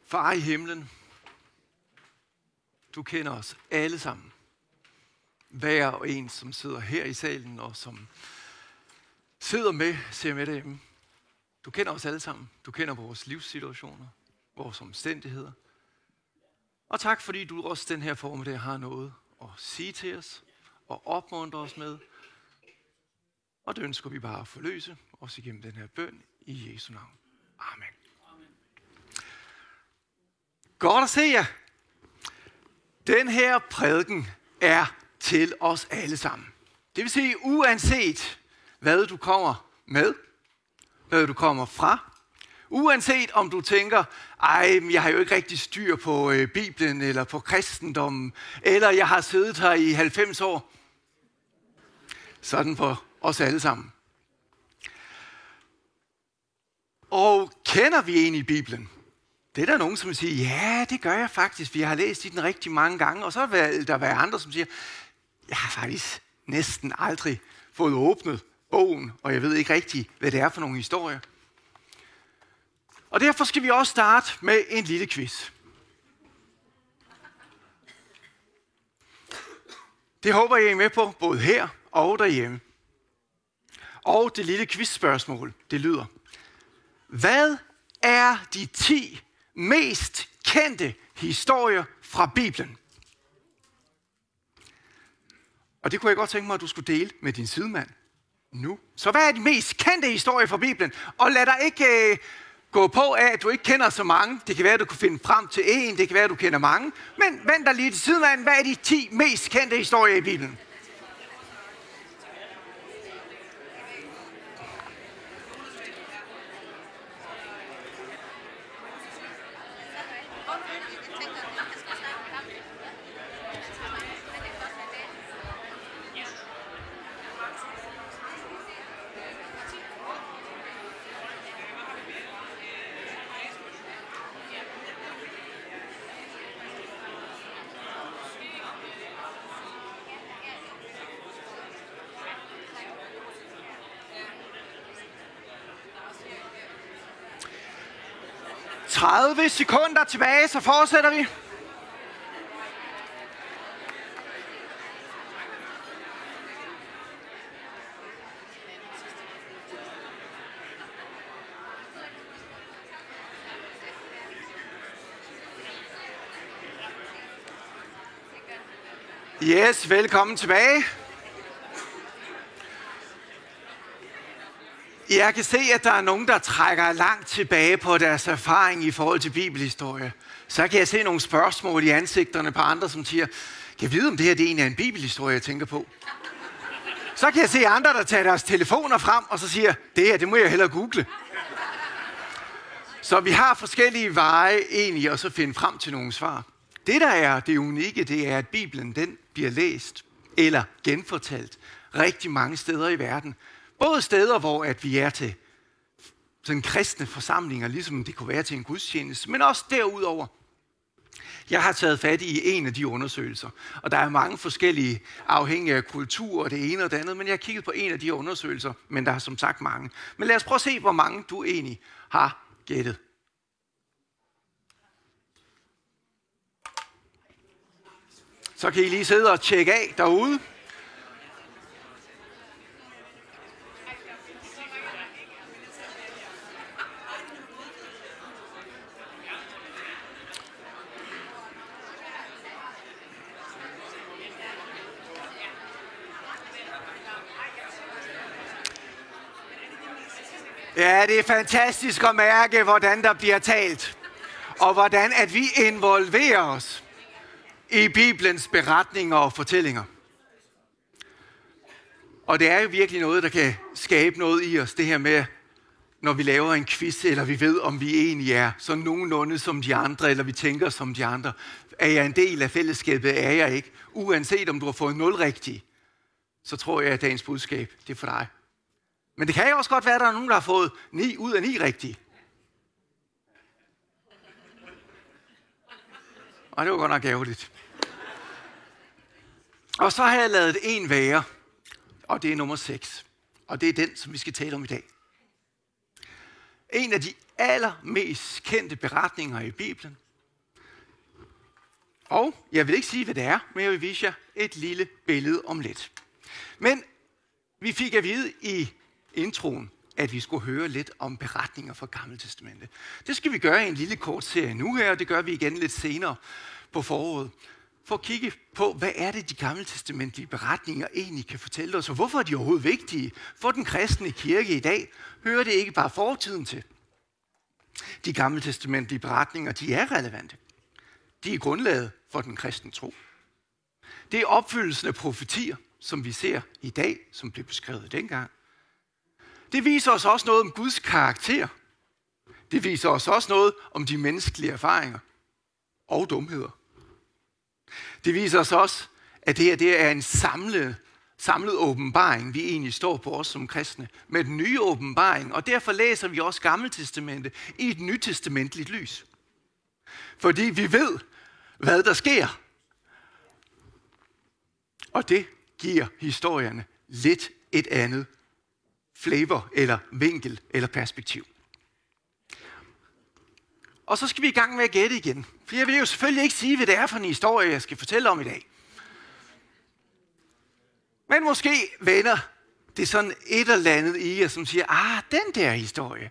Far i himlen, du kender os alle sammen. Hver og en, som sidder her i salen og som sidder med, ser med derhjemme. Du kender os alle sammen. Du kender vores livssituationer, vores omstændigheder. Og tak, fordi du også den her formiddag har noget at sige til os og opmuntre os med. Og det ønsker vi bare at forløse, også igennem den her bøn i Jesu navn. Amen. Godt at se jer. Den her prædiken er til os alle sammen. Det vil sige, uanset hvad du kommer med, hvad du kommer fra, uanset om du tænker, jeg har jo ikke rigtig styr på Bibelen eller på kristendommen, eller jeg har siddet her i 90 år. Sådan for os alle sammen. Og kender vi egentlig Bibelen? Det er der nogen, som siger, ja, det gør jeg faktisk. Vi har læst i den rigtig mange gange. Og så vil der være andre, som siger, jeg har faktisk næsten aldrig fået åbnet bogen, og jeg ved ikke rigtig, hvad det er for nogle historier. Og derfor skal vi også starte med en lille quiz. Det håber jeg er med på, både her og derhjemme. Og det lille quizspørgsmål, det lyder: hvad er de 10 mest kendte historier fra Bibelen? Og det kunne jeg godt tænke mig, at du skulle dele med din sidemand nu. Så hvad er de mest kendte historier fra Bibelen? Og lad dig ikke gå på af, at du ikke kender så mange. Det kan være, at du kan finde frem til en. Det kan være, at du kender mange. Men vent dig lige til sidemand. Hvad er de 10 mest kendte historier i Bibelen? – 30 sekunder tilbage, så fortsætter vi. Yes, velkommen tilbage. Jeg kan se, at der er nogen, der trækker langt tilbage på deres erfaring i forhold til bibelhistorie. Så kan jeg se nogle spørgsmål i ansigterne på andre, som siger, kan jeg vide, om det her det egentlig er en bibelhistorie, jeg tænker på? Så kan jeg se andre, der tager deres telefoner frem, og så siger, det her, det må jeg hellere google. Så vi har forskellige veje egentlig, og så finde frem til nogle svar. Det, der er det unikke, det er, at Bibelen den bliver læst eller genfortalt rigtig mange steder i verden. Både steder, hvor at vi er til sådan kristne forsamlinger, ligesom det kunne være til en gudstjeneste, men også derudover. Jeg har taget fat i en af de undersøgelser, og der er mange forskellige afhængige af kultur og det ene og det andet, men jeg har kigget på en af de undersøgelser, men der er som sagt mange. Men lad os prøve at se, hvor mange du egentlig har gættet. Så kan I lige sidde og tjekke af derude. Ja, det er fantastisk at mærke, hvordan der bliver talt, og hvordan at vi involverer os i Bibelens beretninger og fortællinger. Og det er jo virkelig noget, der kan skabe noget i os, det her med, når vi laver en quiz, eller vi ved, om vi egentlig er så nogenlunde som de andre, eller vi tænker som de andre. Er jeg en del af fællesskabet? Er jeg ikke? Uanset om du har fået 0 rigtigt, så tror jeg, at dagens budskab, det er for dig. Men det kan jo også godt være, at der er nogen, der har fået 9 ud af 9 rigtigt. Og det var godt nok ærgerligt. Og så har jeg lavet en være, og det er nummer 6. Og det er den, som vi skal tale om i dag. En af de allermest kendte beretninger i Bibelen. Og jeg vil ikke sige, hvad det er, men jeg vil vise jer et lille billede om lidt. Men vi fik at vide i introen, at vi skulle høre lidt om beretninger fra Gamle Testamente. Det skal vi gøre i en lille kort serie nu her, og det gør vi igen lidt senere på foråret. For at kigge på, hvad er det, de gammeltestamentlige beretninger egentlig kan fortælle os, og hvorfor er de overhovedet vigtige for den kristne kirke i dag? Hører det ikke bare fortiden til? De gammeltestamentlige beretninger, de er relevante. De er grundlaget for den kristne tro. Det er opfyldelsen af profetier, som vi ser i dag, som blev beskrevet dengang. Det viser os også noget om Guds karakter. Det viser os også noget om de menneskelige erfaringer og dumheder. Det viser os også, at det er en samlet åbenbaring, vi egentlig står på os som kristne, med den nye åbenbaring, og derfor læser vi også Gammeltestamentet i et nytestamentligt lys. Fordi vi ved, hvad der sker. Og det giver historierne lidt et andet flavor, eller vinkel, eller perspektiv. Og så skal vi i gang med at gætte igen. For jeg vil jo selvfølgelig ikke sige, hvad det er for en historie, jeg skal fortælle om i dag. Men måske vender det sådan et eller andet i jer, som siger, den der historie.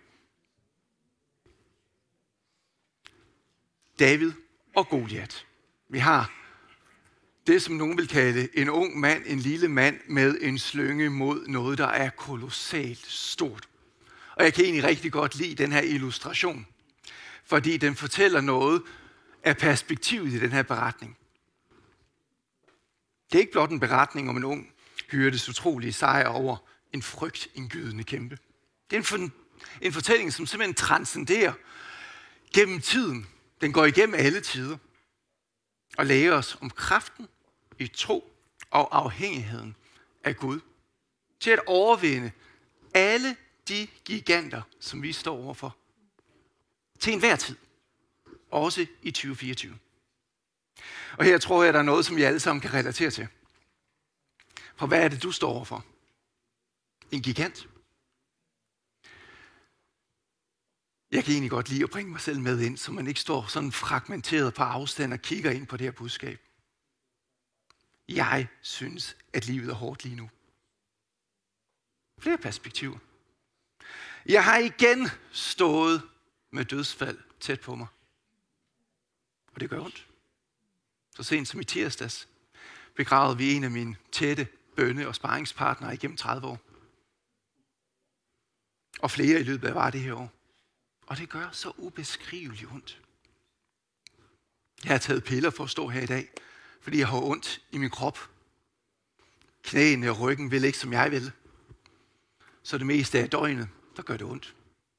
David og Goliat. Vi har det, som nogen vil kalde en ung mand, en lille mand med en slynge mod noget, der er kolossalt stort. Og jeg kan egentlig rigtig godt lide den her illustration, fordi den fortæller noget af perspektivet i den her beretning. Det er ikke blot en beretning om en ung hyrdes utrolige sejr over en frygtindgydende kæmpe. Det er en fortælling, som simpelthen transcenderer gennem tiden. Den går igennem alle tider og lærer os om kraften i tro og afhængigheden af Gud til at overvinde alle de giganter, som vi står overfor. Til enhver tid. Også i 2024. Og her tror jeg, at der er noget, som I alle sammen kan relatere til. For hvad er det, du står overfor? En gigant? Jeg kan egentlig godt lide at bringe mig selv med ind, så man ikke står sådan fragmenteret på afstand og kigger ind på det her budskab. Jeg synes, at livet er hårdt lige nu. Flere perspektiver. Jeg har igen stået med dødsfald tæt på mig. Og det gør ondt. Så sent som i tirsdags begravede vi en af mine tætte bønne- og sparringspartnere igennem 30 år. Og flere i løbet af det her år. Og det gør så ubeskriveligt ondt. Jeg har taget piller for at stå her i dag, fordi jeg har ondt i min krop. Knæene og ryggen vil ikke, som jeg vil. Så det meste af døgnet, der gør det ondt.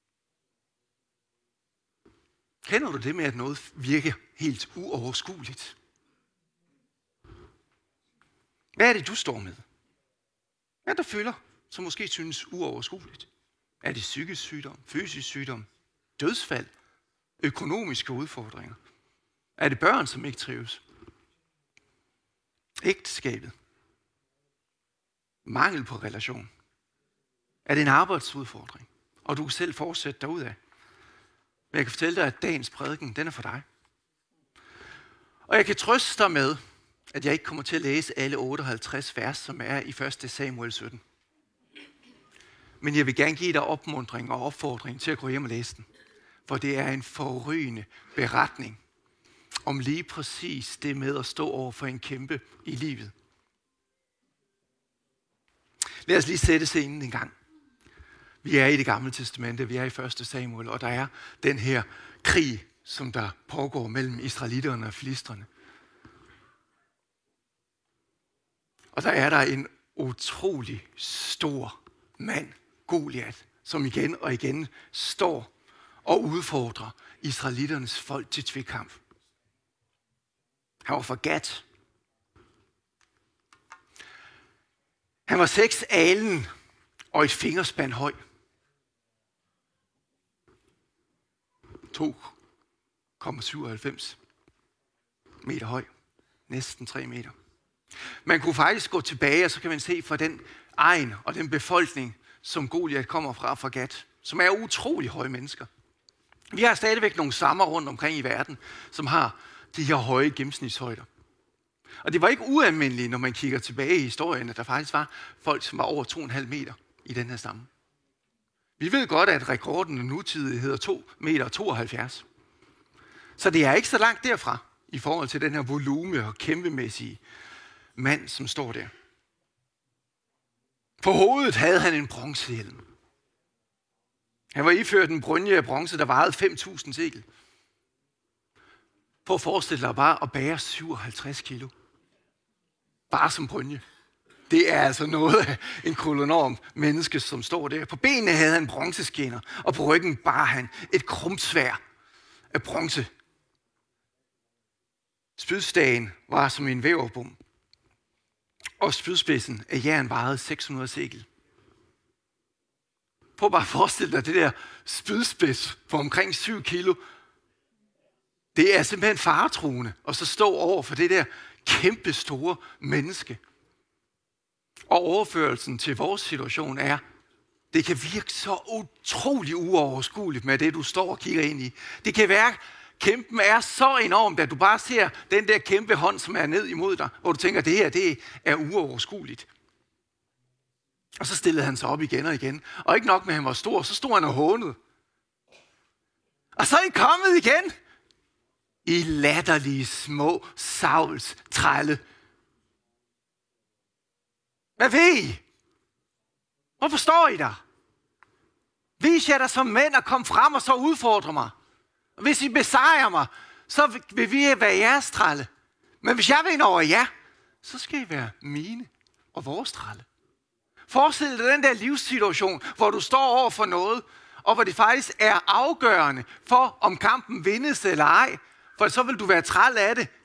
Kender du det med, at noget virker helt uoverskueligt? Hvad er det, du står med? Hvad er der føler, som måske synes uoverskueligt? Er det psykisk sygdom, fysisk sygdom, dødsfald, økonomiske udfordringer? Er det børn, som ikke trives? Ægteskabet? Mangel på relation? Er det en arbejdsudfordring? Og du kan selv fortsætte derudad. Men jeg kan fortælle dig, at dagens prædiken, den er for dig. Og jeg kan trøste dig med, at jeg ikke kommer til at læse alle 58 vers, som er i 1. Samuel 17. Men jeg vil gerne give dig opmuntring og opfordring til at gå hjem og læse den. For det er en forrygende beretning om lige præcis det med at stå over for en kæmpe i livet. Lad os lige sætte scenen en gang. Vi er i Det Gamle Testamente, vi er i 1. Samuel, og der er den her krig, som der pågår mellem israelitterne og filistrene. Og der er der en utrolig stor mand, Goliat, som igen og igen står og udfordrer israelitternes folk til tvekamp. Han var fra Gat. Han var 6 alen og et fingerspand høj. 2,97 meter høj. Næsten 3 meter. Man kunne faktisk gå tilbage, og så kan man se fra den egen og den befolkning, som Goliat kommer fra Gat, som er utrolig høje mennesker. Vi har stadigvæk nogle stammer rundt omkring i verden, som har de her høje gennemsnitshøjder. Og det var ikke ualmindeligt, når man kigger tilbage i historien, at der faktisk var folk, som var over 2,5 meter i den her stamme. Vi ved godt, at rekorden af nutidig hedder 2,72 meter. Så det er ikke så langt derfra, i forhold til den her volume og kæmpemæssige mand, som står der. På hovedet havde han en bronzehjelm. Han var iført en brynje af bronze, der vejede 5.000 sekel. Prøv at forestille dig bare at bære 57 kilo. Bare som brynje. Det er altså noget af en kolonorm menneske, som står der. På benene havde han bronzeskinner, og på ryggen bar han et krumsværd af bronze. Spydstagen var som en væverbom, og spydspidsen af jern vejede 600 sekel. Prøv bare at forestille dig det der spydspids på omkring 7 kilo. Det er simpelthen faretruende at så stå over for det der kæmpe store menneske. Og overførelsen til vores situation er, det kan virke så utrolig uoverskueligt med det, du står og kigger ind i. Det kan være, kæmpen er så enormt, at du bare ser den der kæmpe hånd, som er ned imod dig, hvor du tænker, det her det er uoverskueligt. Og så stillede han sig op igen og igen. Og ikke nok med, at han var stor, så stod han og hånede. Og så er I kommet igen. I latterlige små savlstrælle. Hvad ved I? Hvorfor står I der? Vis jer der som mænd og kom frem og så udfordre mig. Og hvis I besejrer mig, så vil vi være jeres trælle. Men hvis jeg vinder over jer, så skal I være mine og vores trælle. Forestil dig den der livssituation, hvor du står over for noget, og hvor det faktisk er afgørende for, om kampen vindes eller ej. For så vil du være træl af det.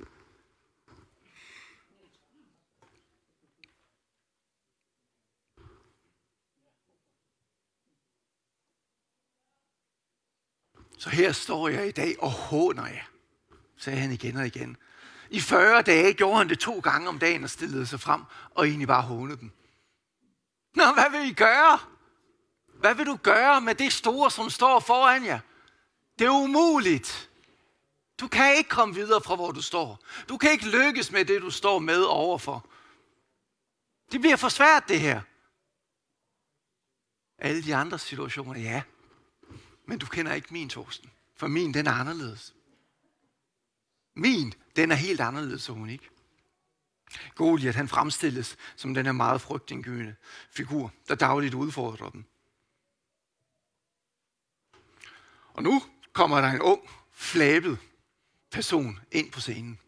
Så her står jeg i dag og håner jer, sagde han igen og igen. I 40 dage gjorde han det 2 gange om dagen og stillede sig frem og egentlig bare hånede dem. Nå, hvad vil I gøre? Hvad vil du gøre med det store, som står foran jer? Det er umuligt. Du kan ikke komme videre fra, hvor du står. Du kan ikke lykkes med det, du står med overfor. Det bliver for svært, det her. Alle de andre situationer, ja. Men du kender ikke min, Torsten. For min, den er anderledes. Min, den er helt anderledes og unik. Goliat, han fremstilles som den her meget frygtindgydende figur, der dagligt udfordrer dem. Og nu kommer der en ung, flabet person ind på scenen.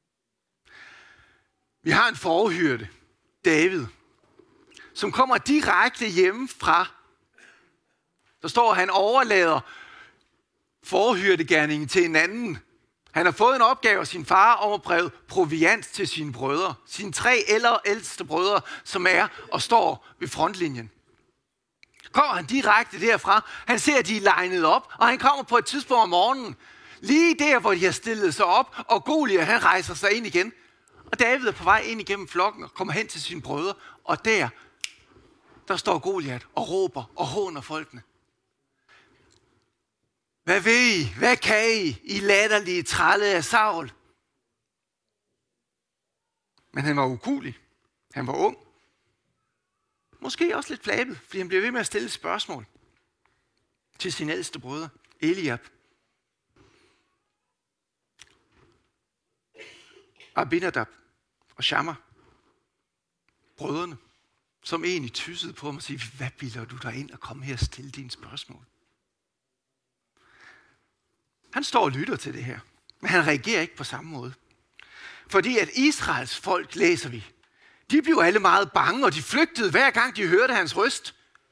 Vi har en forhyrte, David, som kommer direkte hjemme fra. Der står, at han overlader forhyrtegerningen til en anden. Han har fået en opgave af sin far om at breve proviant til sine brødre. Sine 3 ældste brødre, som er og står ved frontlinjen. Kommer han direkte derfra. Han ser, at de er legnet op, og han kommer på et tidspunkt om morgenen. Lige der, hvor de har stillet sig op, og Goliat, han rejser sig ind igen. Og David er på vej ind igennem flokken og kommer hen til sine brødre. Og der står Goliat og råber og håner folkene. Hvad ved I? Hvad kan I? I latterlige trælle af Saul. Men han var ukuelig. Han var ung. Måske også lidt flabet, fordi han bliver ved med at stille spørgsmål til sine ældste brødre, Eliab, Abinadab og Shammah, brødrene, som egentlig tyssede på ham og sige, hvad bilder du dig ind og komme her og stille dine spørgsmål? Han står og lytter til det her, men han reagerer ikke på samme måde. Fordi at Israels folk, læser vi, de blev alle meget bange, og de flygtede hver gang de hørte hans røst.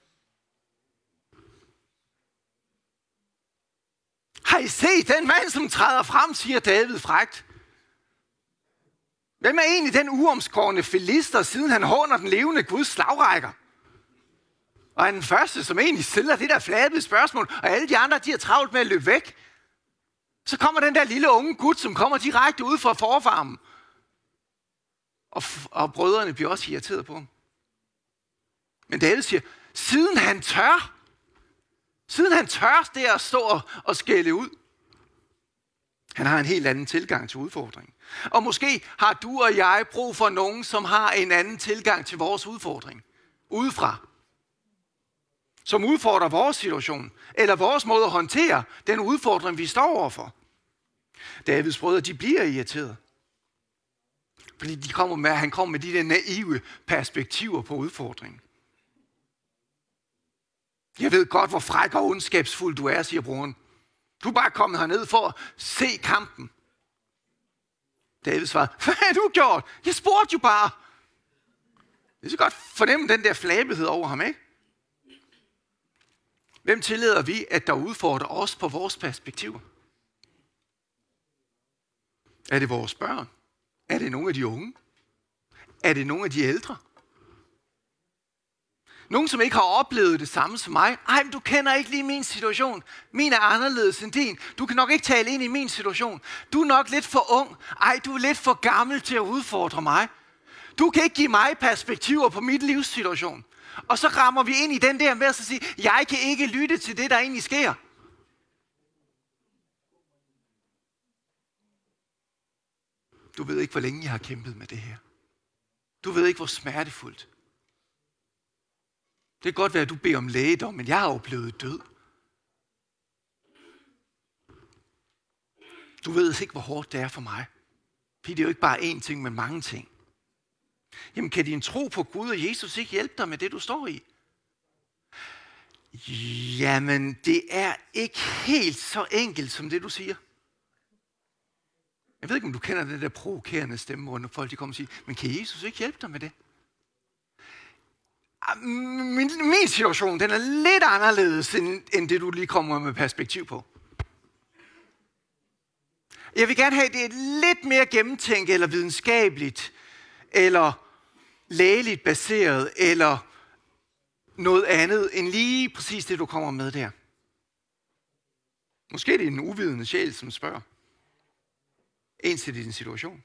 Har I set den mand, som træder frem, siger David frækt. Hvem er egentlig den uomskårne filister, siden han håner den levende Guds slagrækker? Og han er den første, som egentlig stiller det der flabede spørgsmål, og alle de andre, de er travlt med at løbe væk. Så kommer den der lille unge gut, som kommer direkte ud fra forfarmen. Og brødrene bliver også irriteret på ham. Men David siger, siden han tør, Siden han tør det at stå og skælde ud. Han har en helt anden tilgang til udfordringen. Og måske har du og jeg brug for nogen, som har en anden tilgang til vores udfordring. Udefra. Som udfordrer vores situation. Eller vores måde at håndtere den udfordring, vi står overfor. Davids brødre, de bliver irriteret. Fordi han kommer med de der naive perspektiver på udfordringen. Jeg ved godt, hvor fræk og ondskabsfuld du er, siger broren. Du er bare kommet herned for at se kampen. David svarede, hvad har du gjort? Jeg spurgte jo bare. Det er så godt fornemme den der flabethed over ham, ikke? Hvem tillader vi, at der udfordrer os på vores perspektiver? Er det vores børn? Er det nogle af de unge? Er det nogle af de ældre? Nogen, som ikke har oplevet det samme som mig. Ej, men du kender ikke lige min situation. Min er anderledes end din. Du kan nok ikke tale ind i min situation. Du er nok lidt for ung. Ej, du er lidt for gammel til at udfordre mig. Du kan ikke give mig perspektiver på mit livssituation. Og så rammer vi ind i den der med at sige, jeg kan ikke lytte til det, der egentlig sker. Du ved ikke, hvor længe jeg har kæmpet med det her. Du ved ikke, hvor smertefuldt. Det kan godt være, at du beder om lægedom, men jeg har oplevet død. Du ved ikke, hvor hårdt det er for mig. Fordi det er jo ikke bare én ting, men mange ting. Jamen, kan din tro på Gud og Jesus ikke hjælpe dig med det, du står i? Jamen, det er ikke helt så enkelt, som det, du siger. Jeg ved ikke, om du kender den der provokerende stemme, hvor folk de kommer og siger, men kan Jesus ikke hjælpe dig med det? Min situation, den er lidt anderledes, end det, du lige kommer med perspektiv på. Jeg vil gerne have, at det er lidt mere gennemtænkt, eller videnskabeligt, eller lægeligt baseret, eller noget andet, end lige præcis det, du kommer med der. Måske er det en uvidende sjæl, som spørger. Ind til din situation.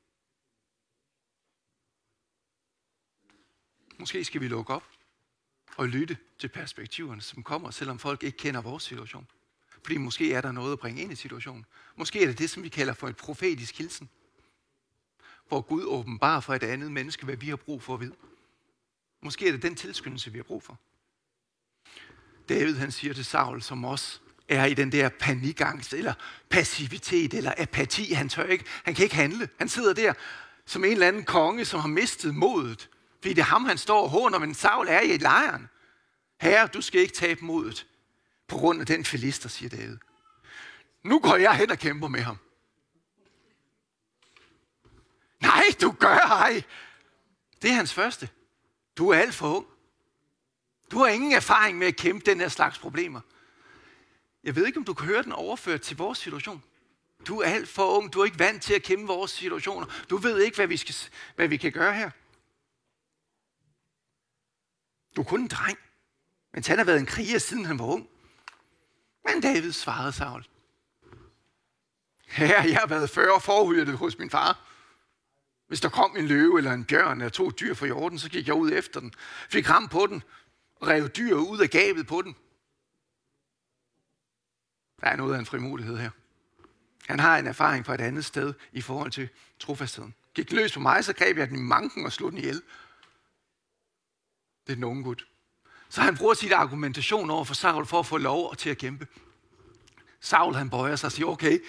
Måske skal vi lukke op og lytte til perspektiverne, som kommer, selvom folk ikke kender vores situation. Fordi måske er der noget at bringe ind i situationen. Måske er det det, som vi kalder for et profetisk hilsen. Hvor Gud åbenbarer for et andet menneske, hvad vi har brug for at vide. Måske er det den tilskyndelse, vi har brug for. David, han siger til Saul, som også er i den der panikangst, eller passivitet, eller apati. Han kan ikke handle. Han sidder der som en eller anden konge, som har mistet modet. Fordi det er ham, han står og håner, men Saul er i lejren. Herre, du skal ikke tabe modet på grund af den filister, siger David. Nu går jeg hen og kæmper med ham. Nej, du gør ej. Det er hans første. Du er alt for ung. Du har ingen erfaring med at kæmpe den her slags problemer. Jeg ved ikke, om du kan høre den overført til vores situation. Du er alt for ung. Du er ikke vant til at kæmpe vores situationer. Du ved ikke, hvad vi kan gøre her. Du er kun en dreng. Men han har været en kriger, siden han var ung. Men David svarede Saul. Herre, jeg har været 40 forhyrtet hos min far. Hvis der kom en løve eller en bjørn eller to dyr fra jorden, så gik jeg ud efter den. Fik ram på den. Rev dyr ud af gabet på den. Der er noget af en frimodighed her. Han har en erfaring fra et andet sted i forhold til trofastheden. Gik løs på mig, så greb jeg den i manken og slog den ihjel. Det er den unge gut. Så han bruger sit argumentation over for Saul for at få lov til at kæmpe. Saul han bøjer sig og siger, okay.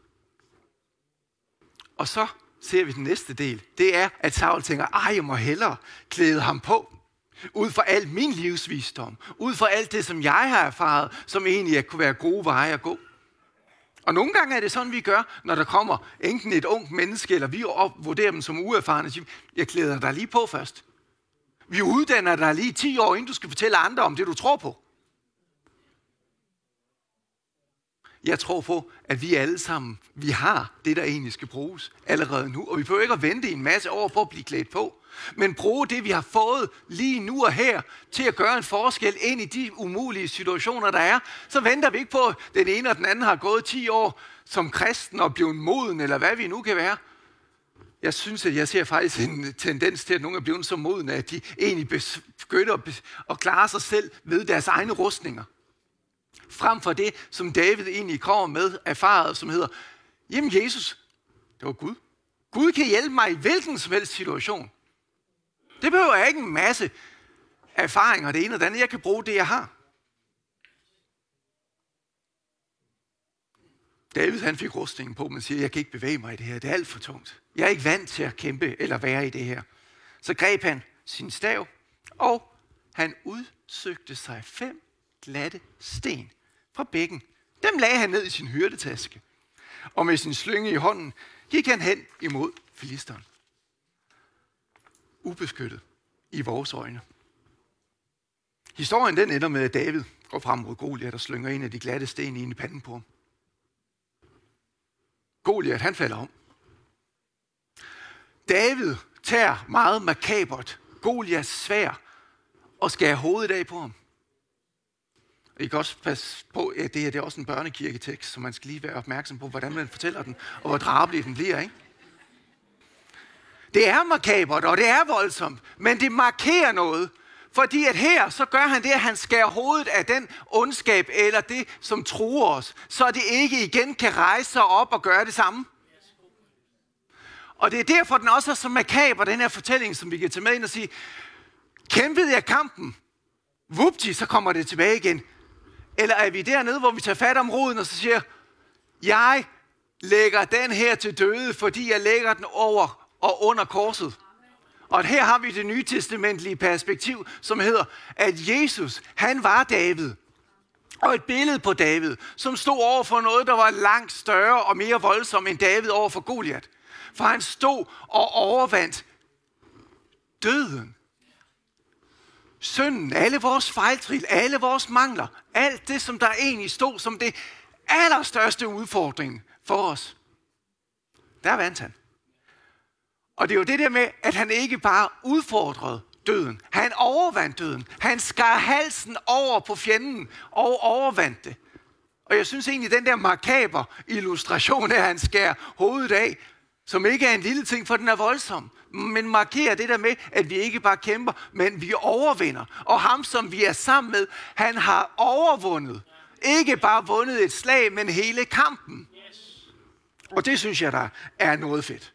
Og så ser vi den næste del. Det er, at Saul tænker, jeg må hellere klæde ham på. Ud fra alt min livsvisdom. Ud fra alt det, som jeg har erfaret, som egentlig kunne være gode veje at gå. Og nogle gange er det sådan, vi gør, når der kommer enten et ungt menneske, eller vi vurderer dem som uerfarne. Jeg klæder dig lige på først. Vi uddanner dig lige 10 år, inden du skal fortælle andre om det, du tror på. Jeg tror på, at vi alle sammen, vi har det, der egentlig skal bruges allerede nu. Og vi behøver ikke at vente i en masse år på at blive klædt på. Men bruge det, vi har fået lige nu og her, til at gøre en forskel ind i de umulige situationer, der er. Så venter vi ikke på, at den ene og den anden har gået 10 år som kristen og blevet moden, eller hvad vi nu kan være. Jeg synes, at jeg ser faktisk en tendens til, at nogle er blevet så modne, at de egentlig begynder at klare sig selv ved deres egne rustninger. Frem for det, som David egentlig kommer med erfaret, som hedder, jamen Jesus, det var Gud. Gud kan hjælpe mig i hvilken som helst situation. Det behøver jeg ikke en masse erfaringer, det ene og det andet. Jeg kan bruge det, jeg har. David han fik rustningen på, men siger, jeg kan ikke bevæge mig i det her. Det er alt for tungt. Jeg er ikke vant til at kæmpe eller være i det her. Så greb han sin stav, og han udsøgte sig 5 glatte sten fra bækken. Dem lagde han ned i sin hyrdetaske. Og med sin slynge i hånden gik han hen imod filisteren. Ubeskyttet i vores øjne. Historien den ender med, at David går frem mod Goliat og slynger en af de glatte sten ind i panden på ham. Goliat, han falder om. David tager meget makabert Goliats sværd og skærer hovedet af på ham. I kan også passe på, at det her det er også en børnekirketekst, så man skal lige være opmærksom på, hvordan man fortæller den, og hvor drabelig den bliver, ikke? Det er makabert, og det er voldsomt, men det markerer noget. Fordi at her, så gør han det, at han skærer hovedet af den ondskab, eller det, som truer os, så det ikke igen kan rejse sig op og gøre det samme. Og det er derfor, den også er så makaber, den her fortælling, som vi kan tage med ind og sige, kæmpede jeg kampen? Vupti, så kommer det tilbage igen. Eller er vi dernede, hvor vi tager fat om roden, og så siger, jeg lægger den her til døde, fordi jeg lægger den over og under korset. Og her har vi det nye testamentlige perspektiv, som hedder, at Jesus, han var David. Og et billede på David, som stod over for noget, der var langt større og mere voldsomt end David over for Goliat. For han stod og overvandt døden. Synden, alle vores fejltrin, alle vores mangler, alt det, som der egentlig stod som det allerstørste udfordring for os. Der vandt han. Og det er jo det der med, at han ikke bare udfordrede døden. Han overvandt døden. Han skar halsen over på fjenden og overvandt det. Og jeg synes egentlig, den der makaber illustration af, at han skærer hovedet af, som ikke er en lille ting, for den er voldsom, men markerer det der med, at vi ikke bare kæmper, men vi overvinder. Og ham, som vi er sammen med, han har overvundet. Ikke bare vundet et slag, men hele kampen. Og det synes jeg, der er noget fedt.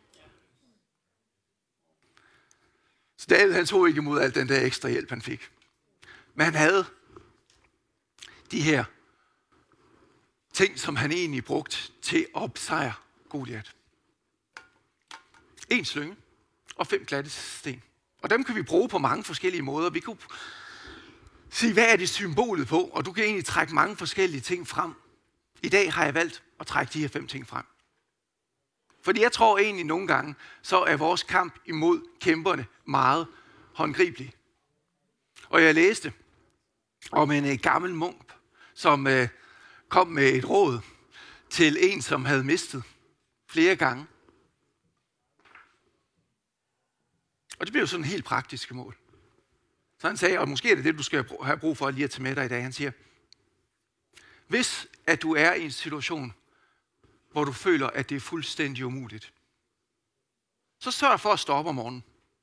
Så David, han tog ikke imod alt den der ekstra hjælp, han fik. Men han havde de her ting, som han egentlig brugte til at besejre Goliat. 1 slynge og 5 glatte sten. Og dem kan vi bruge på mange forskellige måder. Vi kan sige, hvad er det symbolet på? Og du kan egentlig trække mange forskellige ting frem. I dag har jeg valgt at trække de her 5 ting frem. Fordi jeg tror egentlig nogle gange, så er vores kamp imod kæmperne meget håndgribelig. Og jeg læste om en gammel munk, som kom med et råd til en, som havde mistet flere gange. Og det blev jo sådan helt praktiske mål. Så han sagde, og måske er det det, du skal have brug for lige at tage med dig i dag. Han siger, hvis at du er i en situation, hvor du føler, at det er fuldstændig umuligt, så sørg for at stå op om morgenen.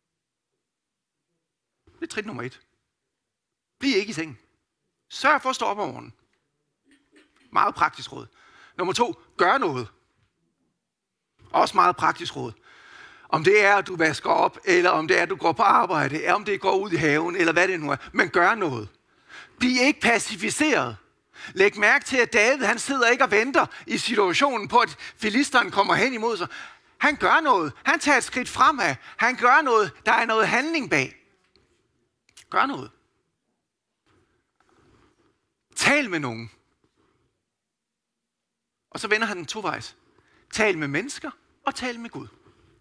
Det er trin nummer 1. Bliv ikke i sengen. Sørg for at stå op om morgenen. Meget praktisk råd. Nummer 2, gør noget. Også meget praktisk råd. Om det er, at du vasker op, eller om det er, at du går på arbejde, eller om det går ud i haven, eller hvad det nu er. Men gør noget. Bliv ikke pacificeret. Læg mærke til, at David, han sidder ikke og venter i situationen på, at filisteren kommer hen imod sig. Han gør noget. Han tager et skridt fremad. Han gør noget. Der er noget handling bag. Gør noget. Tal med nogen. Og så vender han den tovejs. Tal med mennesker og tal med Gud.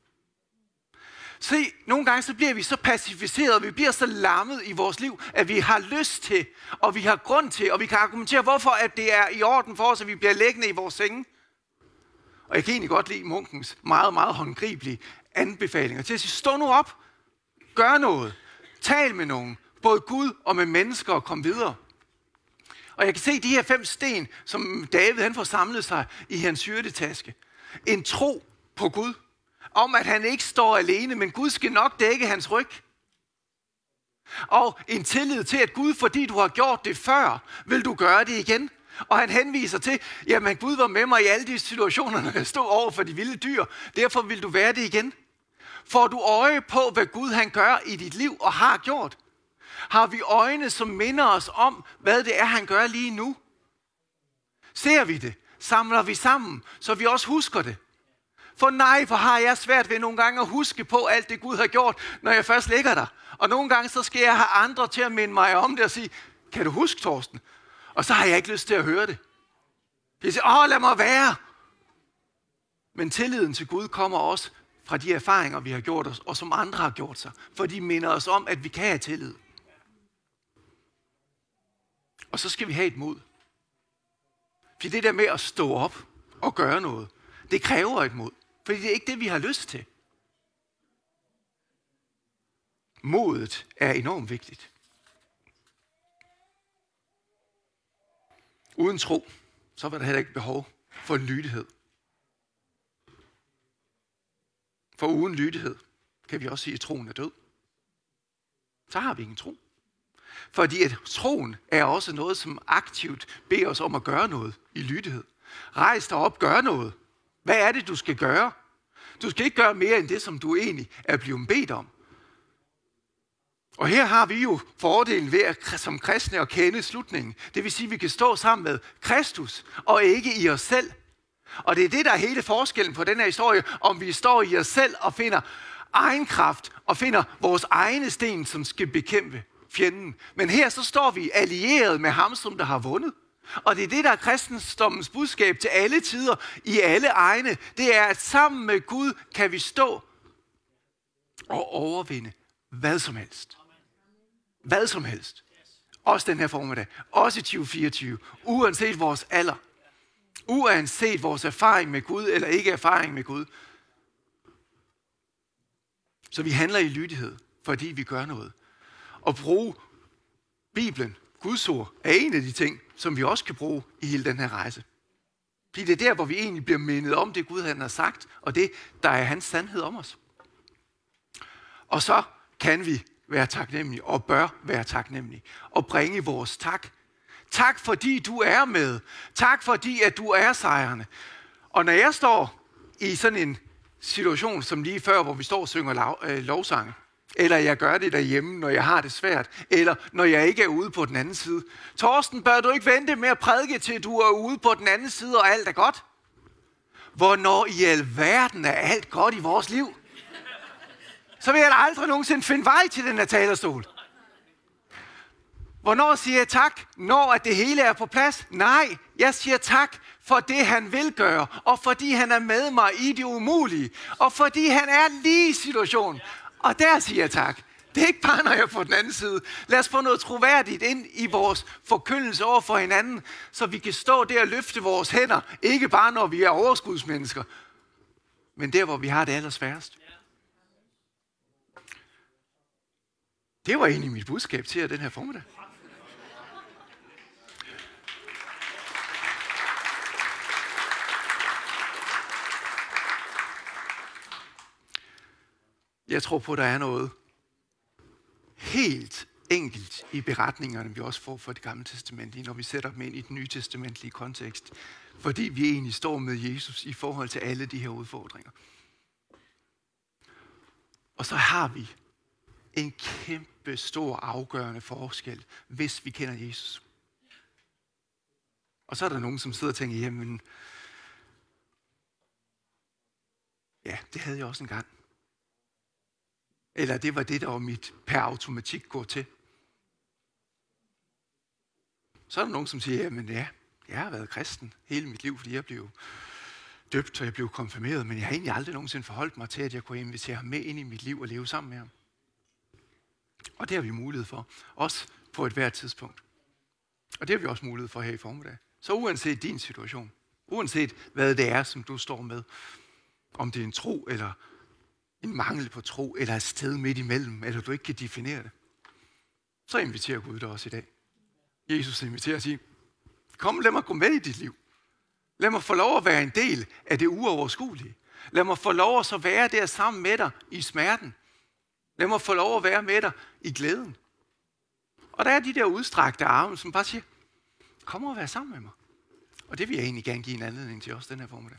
Se, nogle gange så bliver vi så pacificeret, vi bliver så lammet i vores liv, at vi har lyst til, og vi har grund til, og vi kan argumentere, hvorfor at det er i orden for os, at vi bliver liggende i vores senge. Og jeg kan egentlig godt lide munkens meget, meget håndgribelige anbefalinger til at sige, stå nu op, gør noget, tal med nogen, både Gud og med mennesker, og kom videre. Og jeg kan se de her 5 sten, som David han får samlet sig i hans hyrdetaske. En tro på Gud. Om at han ikke står alene, men Gud skal nok dække hans ryg. Og en tillid til, at Gud, fordi du har gjort det før, vil du gøre det igen. Og han henviser til, jamen Gud var med mig i alle de situationer, når jeg stod over for de vilde dyr. Derfor vil du være det igen. Får du øje på, hvad Gud han gør i dit liv og har gjort? Har vi øjne, som minder os om, hvad det er, han gør lige nu? Ser vi det? Samler vi sammen, så vi også husker det? For nej, hvor har jeg svært ved nogle gange at huske på alt det, Gud har gjort, når jeg først ligger der. Og nogle gange, så skal jeg have andre til at minde mig om det og sige, kan du huske, Torsten? Og så har jeg ikke lyst til at høre det. Jeg siger, lad mig være. Men tilliden til Gud kommer også fra de erfaringer, vi har gjort os, og som andre har gjort sig. For de minder os om, at vi kan have tillid. Og så skal vi have et mod. For det der med at stå op og gøre noget, det kræver et mod. Fordi det er ikke det, vi har lyst til. Modet er enormt vigtigt. Uden tro, så var der heller ikke behov for en lydighed. For uden lydighed kan vi også sige, at troen er død. Så har vi ingen tro. Fordi at troen er også noget, som aktivt beder os om at gøre noget i lydighed. Rejs dig op, gør noget. Hvad er det, du skal gøre? Du skal ikke gøre mere end det, som du egentlig er blevet bedt om. Og her har vi jo fordelen ved at, som kristne at kende slutningen. Det vil sige, at vi kan stå sammen med Kristus og ikke i os selv. Og det er det, der er hele forskellen på den her historie, om vi står i os selv og finder egen kraft og finder vores egne sten, som skal bekæmpe fjenden. Men her så står vi allieret med ham, som der har vundet. Og det er det, der er kristendommens budskab til alle tider, i alle egne. Det er, at sammen med Gud kan vi stå og overvinde hvad som helst. Hvad som helst. Også den her formiddag. Også i 2024. Uanset vores alder. Uanset vores erfaring med Gud, eller ikke erfaring med Gud. Så vi handler i lydighed, fordi vi gør noget. Og bruge Bibelen, Guds ord, er en af de ting, som vi også kan bruge i hele den her rejse. Fordi det er der, hvor vi egentlig bliver mindet om det, Gud han har sagt, og det, der er hans sandhed om os. Og så kan vi være taknemmelige, og bør være taknemmelige, og bringe vores tak. Tak fordi du er med. Tak fordi at du er sejrende. Og når jeg står i sådan en situation som lige før, hvor vi står og synger lovsange, eller jeg gør det derhjemme, når jeg har det svært, eller når jeg ikke er ude på den anden side. Torsten, bør du ikke vente med at prædike, til du er ude på den anden side, og alt er godt? Hvornår i alverden er alt godt i vores liv? Så vil jeg da aldrig nogensinde finde vej til den her talerstol. Hvornår siger jeg tak? Når at det hele er på plads? Nej, jeg siger tak for det, han vil gøre, og fordi han er med mig i det umulige, og fordi han er lige i situationen. Og der siger jeg tak. Det er ikke bare, når jeg er på den anden side. Lad os få noget troværdigt ind i vores forkyndelse over for hinanden, så vi kan stå der og løfte vores hænder, ikke bare når vi er overskudsmennesker, men der, hvor vi har det allersværest. Det var egentlig mit budskab til jer den her formiddag. Jeg tror på, at der er noget helt enkelt i beretningerne, vi også får fra det gamle testamente, når vi sætter dem ind i den nye testamentlige kontekst. Fordi vi egentlig står med Jesus i forhold til alle de her udfordringer. Og så har vi en kæmpe stor afgørende forskel, hvis vi kender Jesus. Og så er der nogen, som sidder og tænker, jamen, ja, det havde jeg også engang. Eller det var det, der var mit per automatik går til. Så er der nogen, som siger, jamen ja, jeg har været kristen hele mit liv, fordi jeg blev døbt, og jeg blev konfirmeret, men jeg har egentlig aldrig nogensinde forholdt mig til, at jeg kunne invitere ham med ind i mit liv og leve sammen med ham. Og det har vi mulighed for, også på et hvert tidspunkt. Og det har vi også mulighed for her i formiddag. Så uanset din situation, uanset hvad det er, som du står med, om det er en tro, eller en mangel på tro, eller et sted midt imellem, eller du ikke kan definere det, så inviterer Gud dig også i dag. Jesus inviterer og siger, kom, lad mig gå med i dit liv. Lad mig få lov at være en del af det uoverskuelige. Lad mig få lov at så være der sammen med dig i smerten. Lad mig få lov at være med dig i glæden. Og der er de der udstrakte arme, som bare siger, kom og vær sammen med mig. Og det vil jeg egentlig gerne give en anledning til også den her formiddag.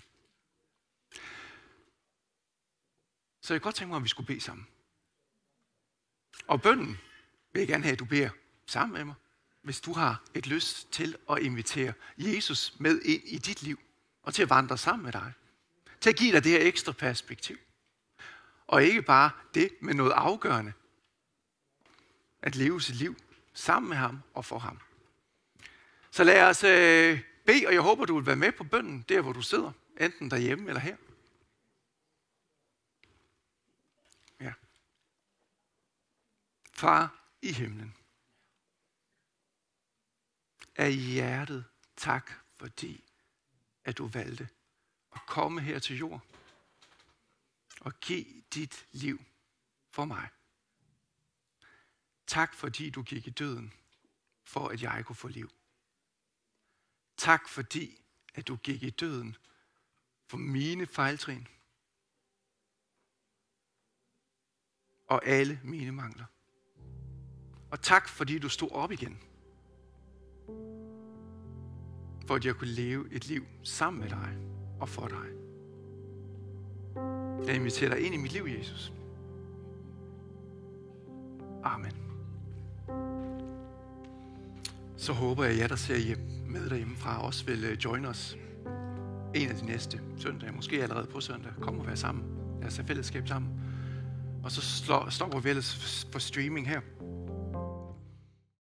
Så jeg kunne godt tænke mig, at vi skulle bede sammen. Og bønnen vil jeg gerne have, at du beder sammen med mig, hvis du har et lyst til at invitere Jesus med ind i dit liv, og til at vandre sammen med dig. Til at give dig det her ekstra perspektiv. Og ikke bare det, men noget afgørende. At leve sit liv sammen med ham og for ham. Så lad os bede, og jeg håber, du vil være med på bønnen, der hvor du sidder, enten derhjemme eller her. Ja. Far i himlen, af hjertet tak, fordi at du valgte at komme her til jord og give dit liv for mig. Tak, fordi du gik i døden, for at jeg kunne få liv. Tak, fordi at du gik i døden for mine fejltrin og alle mine mangler. Og tak, fordi du stod op igen, for at jeg kunne leve et liv sammen med dig og for dig. Jeg inviterer dig ind i mit liv, Jesus. Amen. Så håber jeg, at jer, der ser hjem med derhjemmefra, også vil join os en af de næste søndage. Måske allerede på søndag. Kom og være sammen. Lad os have fællesskab sammen. Og så stopper vi ellers for streaming her.